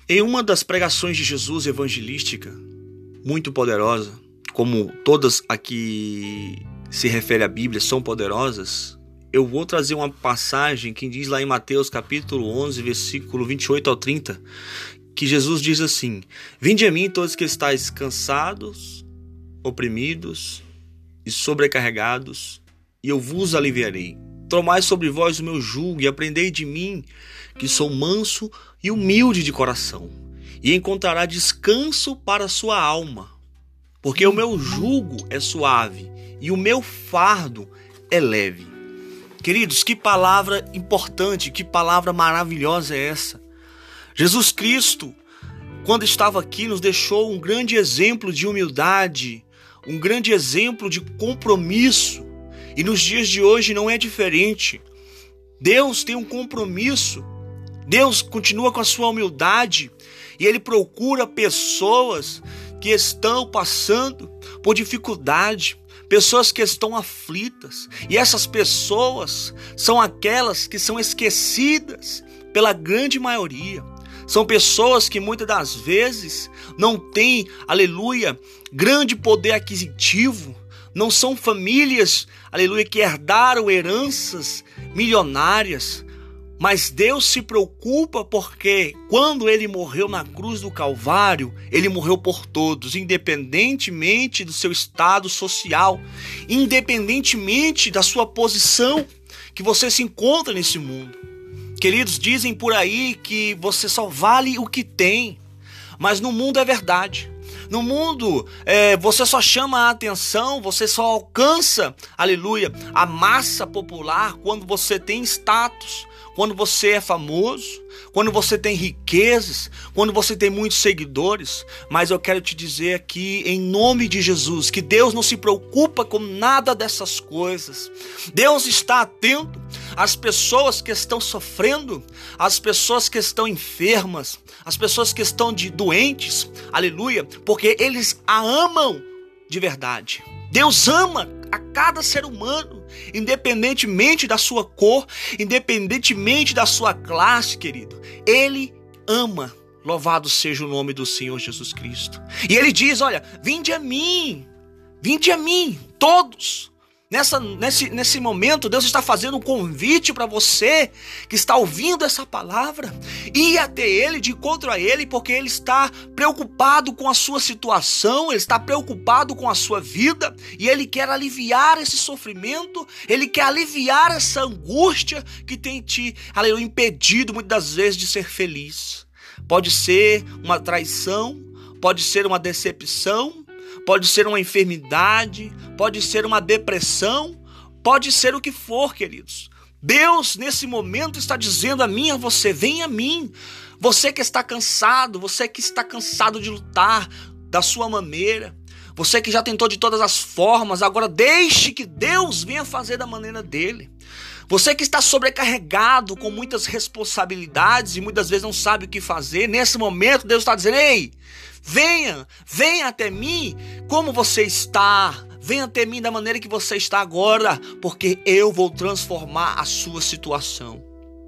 Em uma das pregações de Jesus evangelística, muito poderosa, como todas a que se refere à Bíblia são poderosas, eu vou trazer uma passagem que diz lá em Mateus capítulo 11, versículo 28 ao 30, que Jesus diz assim: Vinde a mim todos que estáis cansados, oprimidos e sobrecarregados, e eu vos aliviarei. Tomai sobre vós o meu jugo e aprendei de mim, que sou manso e humilde de coração, e encontrará descanso para a sua alma. Porque o meu jugo é suave e o meu fardo é leve. Queridos, que palavra importante, que palavra maravilhosa é essa? Jesus Cristo, quando estava aqui, nos deixou um grande exemplo de humildade, um grande exemplo de compromisso. E nos dias de hoje não é diferente. Deus tem um compromisso. Deus continua com a sua humildade e Ele procura pessoas que estão passando por dificuldade, pessoas que estão aflitas. E essas pessoas são aquelas que são esquecidas pela grande maioria. São pessoas que muitas das vezes não têm, aleluia, grande poder aquisitivo. Não são famílias, aleluia, que herdaram heranças milionárias. Mas Deus se preocupa porque quando Ele morreu na cruz do Calvário, Ele morreu por todos, independentemente do seu estado social, independentemente da sua posição que você se encontra nesse mundo. Queridos, dizem por aí que você só vale o que tem, mas no mundo é verdade. No mundo, você só chama a atenção, você só alcança, aleluia, a massa popular quando você tem status, quando você é famoso, quando você tem riquezas, quando você tem muitos seguidores. Mas eu quero te dizer aqui, em nome de Jesus, que Deus não se preocupa com nada dessas coisas. Deus está atento às pessoas que estão sofrendo, às pessoas que estão enfermas, às pessoas que estão doentes, aleluia, porque eles a amam de verdade. Deus ama a cada ser humano, independentemente da sua cor, independentemente da sua classe, querido. Ele ama. Louvado seja o nome do Senhor Jesus Cristo. E Ele diz, olha, vinde a mim, todos. Nesse momento, Deus está fazendo um convite para você que está ouvindo essa palavra. Ir até Ele, de encontro a Ele, porque Ele está preocupado com a sua situação, Ele está preocupado com a sua vida, e Ele quer aliviar esse sofrimento, Ele quer aliviar essa angústia que tem te, aleluia, impedido muitas das vezes de ser feliz. Pode ser uma traição, pode ser uma decepção, pode ser uma enfermidade, pode ser uma depressão, pode ser o que for, queridos. Deus, nesse momento, está dizendo a mim e a você, vem a mim. Você que está cansado, você que está cansado de lutar da sua maneira, você que já tentou de todas as formas, agora deixe que Deus venha fazer da maneira dele. Você que está sobrecarregado com muitas responsabilidades e muitas vezes não sabe o que fazer, nesse momento Deus está dizendo, ei, venha até mim como você está, venha até mim da maneira que você está agora, porque eu vou transformar a sua situação.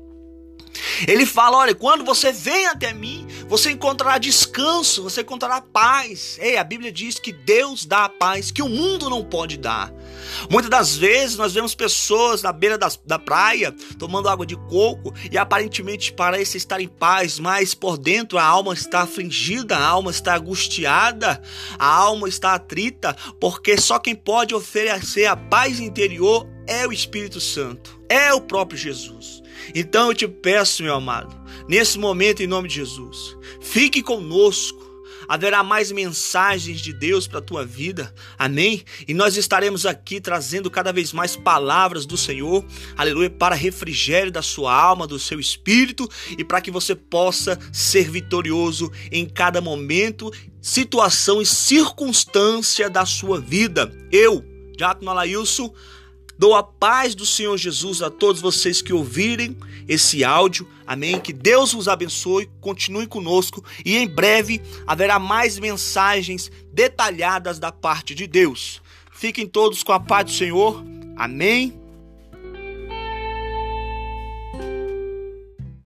Ele fala, olha, quando você vem até mim, você encontrará descanso, você encontrará paz. A Bíblia diz que Deus dá a paz que o mundo não pode dar. Muitas das vezes nós vemos pessoas na beira da praia tomando água de coco e aparentemente parece estar em paz, mas por dentro a alma está afligida, a alma está angustiada, a alma está atrita, porque só quem pode oferecer a paz interior é o Espírito Santo, é o próprio Jesus. Então eu te peço, meu amado, nesse momento, em nome de Jesus, fique conosco. Haverá mais mensagens de Deus para a tua vida, amém? E nós estaremos aqui trazendo cada vez mais palavras do Senhor, aleluia, para refrigério da sua alma, do seu espírito, e para que você possa ser vitorioso em cada momento, situação e circunstância da sua vida. Eu, Diácono Alailson, dou a paz do Senhor Jesus a todos vocês que ouvirem esse áudio, amém? Que Deus vos abençoe, continue conosco e em breve haverá mais mensagens detalhadas da parte de Deus. Fiquem todos com a paz do Senhor, amém?